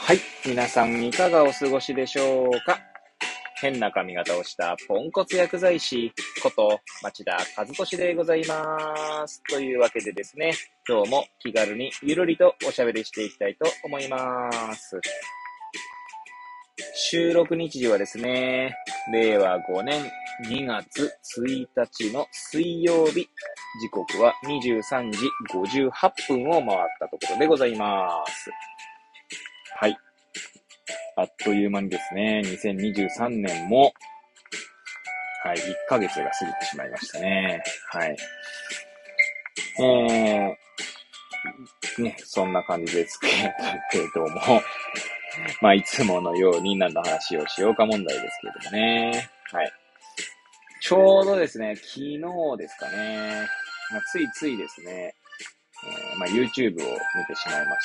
はい。皆さんいかがお過ごしでしょうか？変な髪型をしたポンコツ薬剤師こと町田和俊でございます。というわけでですね、今日も気軽にゆるりとおしゃべりしていきたいと思います。収録日時はですね、令和5年2月1日の水曜日、時刻は23時58分を回ったところでございます。はい。あっという間にですね、2023年も、はい、1ヶ月が過ぎてしまいましたね。はい。ね、そんな感じですけれども、まあ、いつものように何の話をしようか問題ですけれどもね。はい。ちょうどですね、昨日ですかね、ついついですね、YouTube を見てしまいまして、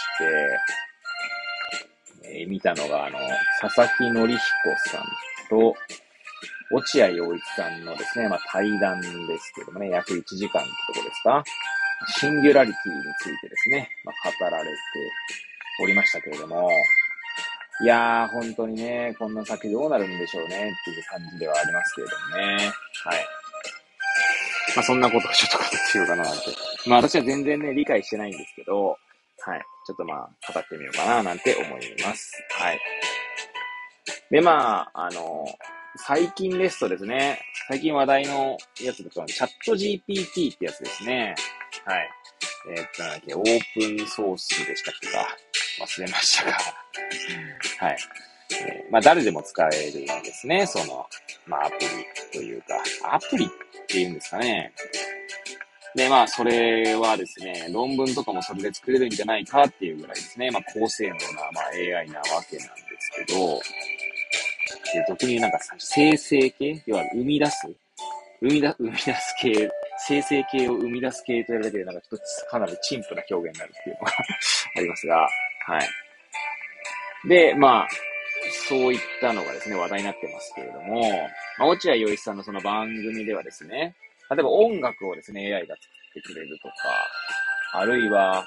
見たのが、佐々木則彦さんと、落合陽一さんのですね、対談ですけどもね、約1時間ってとこですか。シンギュラリティについてですね、語られておりましたけれども、いやー、本当にね、こんな先どうなるんでしょうね、っていう感じではありますけれどもね。はい。そんなことをちょっと語ってみようかな、なんて。私は全然ね、理解してないんですけど、はい。ちょっと語ってみようかな、なんて思います。はい。で、最近ですとですね、最近話題のやつだと、チャット GPT ってやつですね。はい。なんだっけ、オープンソースでしたっけか。忘れましたが。はい。誰でも使えるんですね。アプリというか、アプリっていうんですかね。で、それはですね、論文とかもそれで作れるんじゃないかっていうぐらいですね、高性能な、AI なわけなんですけど、特に生成系、要は生み出す系、生成系を生み出す系というだけで一つかなり陳腐な表現になるっていうのがありますが、はい。で、そういったのがですね、話題になってますけれども、落合陽一さんのその番組ではですね、例えば音楽をですね、AI が作ってくれるとか、あるいは、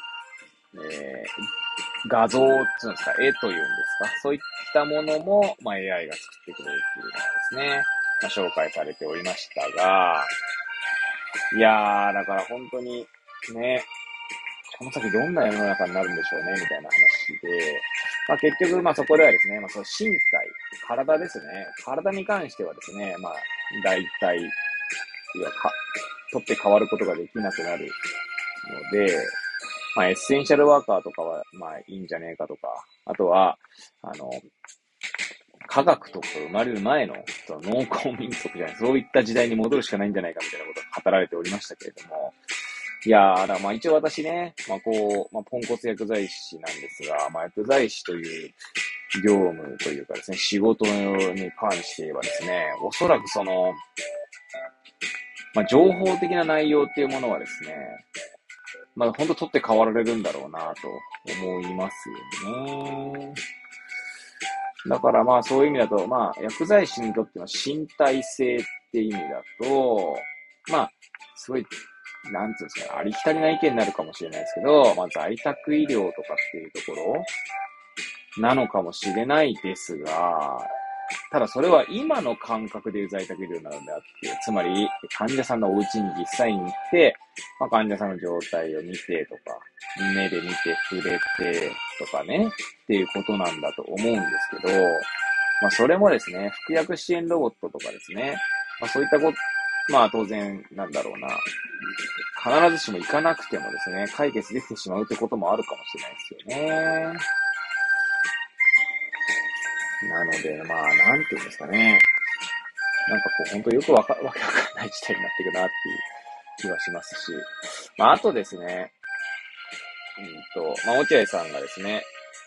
画像っていうんですか、絵というんですか、そういったものも、AI が作ってくれるっていうのがですね、紹介されておりましたが、いやー、だから本当に、ね、この先どんな世の中になるんでしょうね、みたいな話で、結局、そこではですね、その身体、体ですね、体に関してはですね、大体、取って変わることができなくなるので、エッセンシャルワーカーとかは、いいんじゃねえかとか、あとは、科学とか生まれる前の、その農耕民族じゃない、そういった時代に戻るしかないんじゃないかみたいなことが語られておりましたけれども、いやー、だから一応私ね、ポンコツ薬剤師なんですが、薬剤師という業務というかですね、仕事に関して言えばですね、おそらく情報的な内容っていうものはですね、本当取って代わられるんだろうなと思いますよね。だからそういう意味だと、薬剤師にとっての身体性って意味だと、すごい、なんつうんですか、ありきたりな意見になるかもしれないですけど、在宅医療とかっていうところなのかもしれないですが、ただそれは今の感覚でいう在宅医療なのであって、つまり患者さんのお家に実際に行って、患者さんの状態を見てとか、目で見て触れてとかね、っていうことなんだと思うんですけど、それもですね、服薬支援ロボットとかですね、そういったこと、当然なんだろうな、必ずしも行かなくてもですね、解決できてしまうってこともあるかもしれないですよね。なので、なんていうんですかね。本当よくわけわかんない事態になっていくなっていう気はしますし。あとですね、落合さんがですね、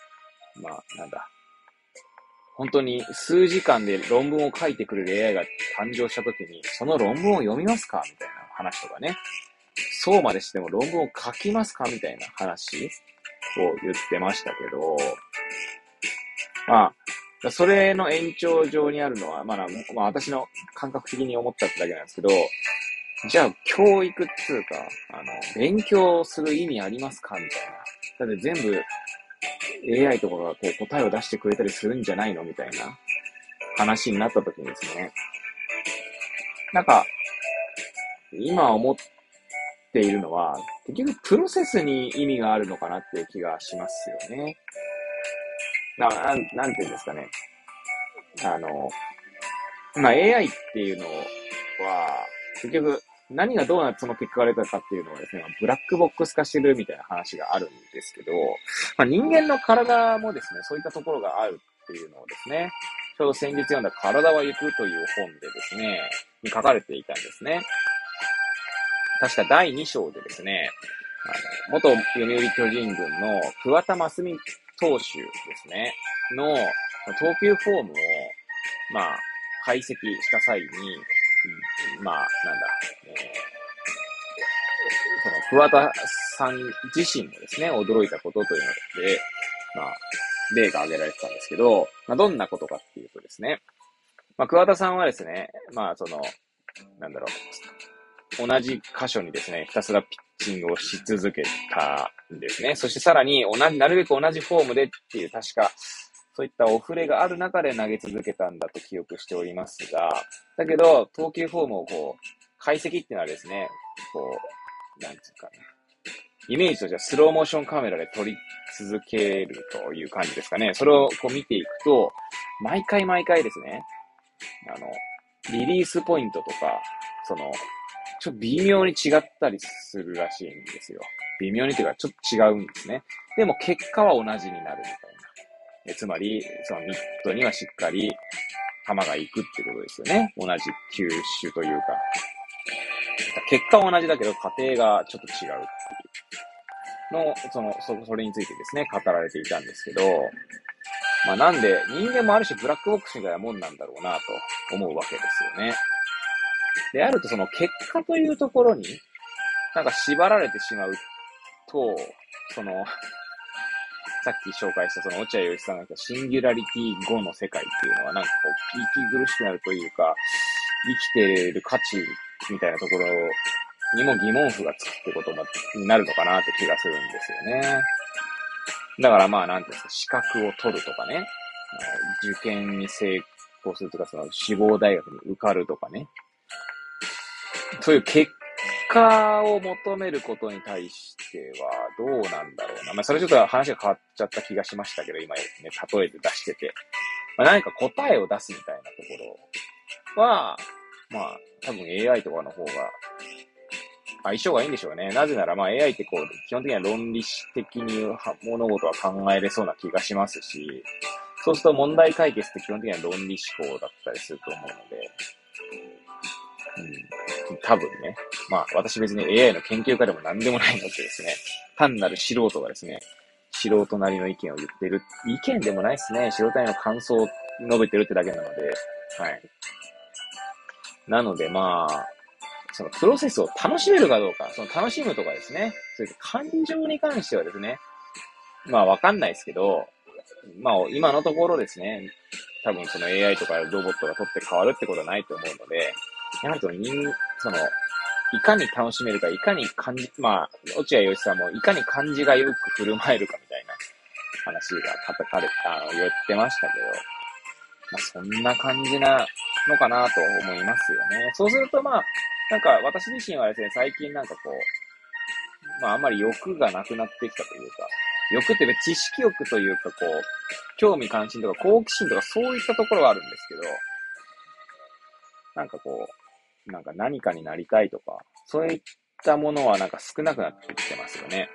本当に数時間で論文を書いてくれる AI が誕生したときに、その論文を読みますかみたいな話とかね。そうまでしても論文を書きますかみたいな話を言ってましたけど、それの延長上にあるのは、私の感覚的に思ったってだけなんですけど、じゃあ、教育っつうか、勉強する意味ありますかみたいな。だって全部、 AI とかがこう答えを出してくれたりするんじゃないのみたいな話になった時にですね、なんか、今思っているのは、結局プロセスに意味があるのかなっていう気がしますよね。なんていうんですかね。AI っていうのは、結局、何がどうなってその結果が出たかっていうのはですね、ブラックボックス化してるみたいな話があるんですけど、人間の体もですね、そういったところがあるっていうのをですね、ちょうど先日読んだ体は行くという本でですね、に書かれていたんですね。確か第2章でですね、元読売巨人軍の桑田真澄投手ですね、の投球フォームを、解析した際に、その桑田さん自身もですね、驚いたことというので、例が挙げられてたんですけど、どんなことかっていうとですね、桑田さんはですね、同じ箇所にですね、ひたすらピッチングをし続けたんですね。そしてさらになるべく同じフォームでっていう、確か、そういったお触れがある中で投げ続けたんだと記憶しておりますが、だけど、投球フォームを解析っていうのはですね、なんつうかね、イメージとしてはスローモーションカメラで撮り続けるという感じですかね。それを見ていくと、毎回ですね、リリースポイントとか、ちょっと微妙に違ったりするらしいんですよ。微妙にというか、ちょっと違うんですね。でも結果は同じになるみたいな。つまり、そのミットにはしっかり球が行くってことですよね。同じ球種というか。結果は同じだけど、過程がちょっと違うっていうの、それについてですね、語られていたんですけど、なんで、人間もある種ブラックボックスみたいなもんなんだろうなと思うわけですよね。であるとその結果というところに、縛られてしまうと、さっき紹介した落合陽一さんが言ったシンギュラリティ後の世界っていうのは息苦しくなるというか、生きている価値みたいなところにも疑問符がつくってことになるのかなって気がするんですよね。だからなんていうんですか、資格を取るとかね、受験に成功するとか、志望大学に受かるとかね、そういう結果を求めることに対してはどうなんだろうな。それちょっと話が変わっちゃった気がしましたけど、今ね、例えて出してて。何か答えを出すみたいなところは、多分 AI とかの方が相性がいいんでしょうね。なぜならAI って基本的には論理的に物事は考えれそうな気がしますし、そうすると問題解決って基本的には論理思考だったりすると思うので、多分ね。私別に AI の研究家でも何でもないのでですね、単なる素人がですね、素人なりの意見を言ってる。意見でもないですね。素人なりの感想を述べてるってだけなので、はい。なのでそのプロセスを楽しめるかどうか、その楽しむとかですね、そういう感情に関してはですね、わかんないですけど、今のところですね、多分その AI とかロボットが取って変わるってことはないと思うので、やはりいかに楽しめるか、いかに落合陽一さんもいかに感じがよく振る舞えるかみたいな話が言ってましたけど、そんな感じなのかなと思いますよね。そうすると私自身はですね、最近あんまり欲がなくなってきたというか、欲って知識欲というか興味関心とか好奇心とかそういったところはあるんですけど、何かになりたいとか、そういったものは少なくなってきてますよね。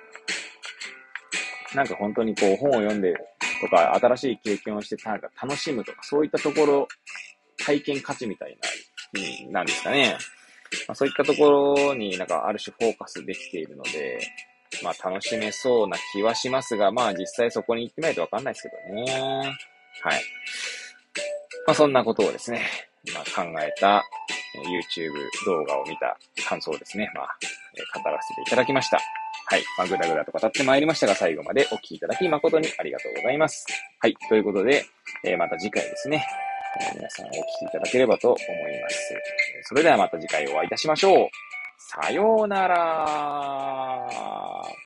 本当に本を読んでとか、新しい経験をして楽しむとか、そういったところ、体験価値みたいな、なんですかね。そういったところにある種フォーカスできているので、楽しめそうな気はしますが、実際そこに行ってみないとわかんないですけどね。はい。そんなことをですね、考えた YouTube 動画を見た感想をですね、語らせていただきました。はい。ぐだぐだと語ってまいりましたが、最後までお聞きいただき誠にありがとうございます。はい。ということで、また次回ですね、皆さんお聞きいただければと思います。それではまた次回お会いいたしましょう。さようなら。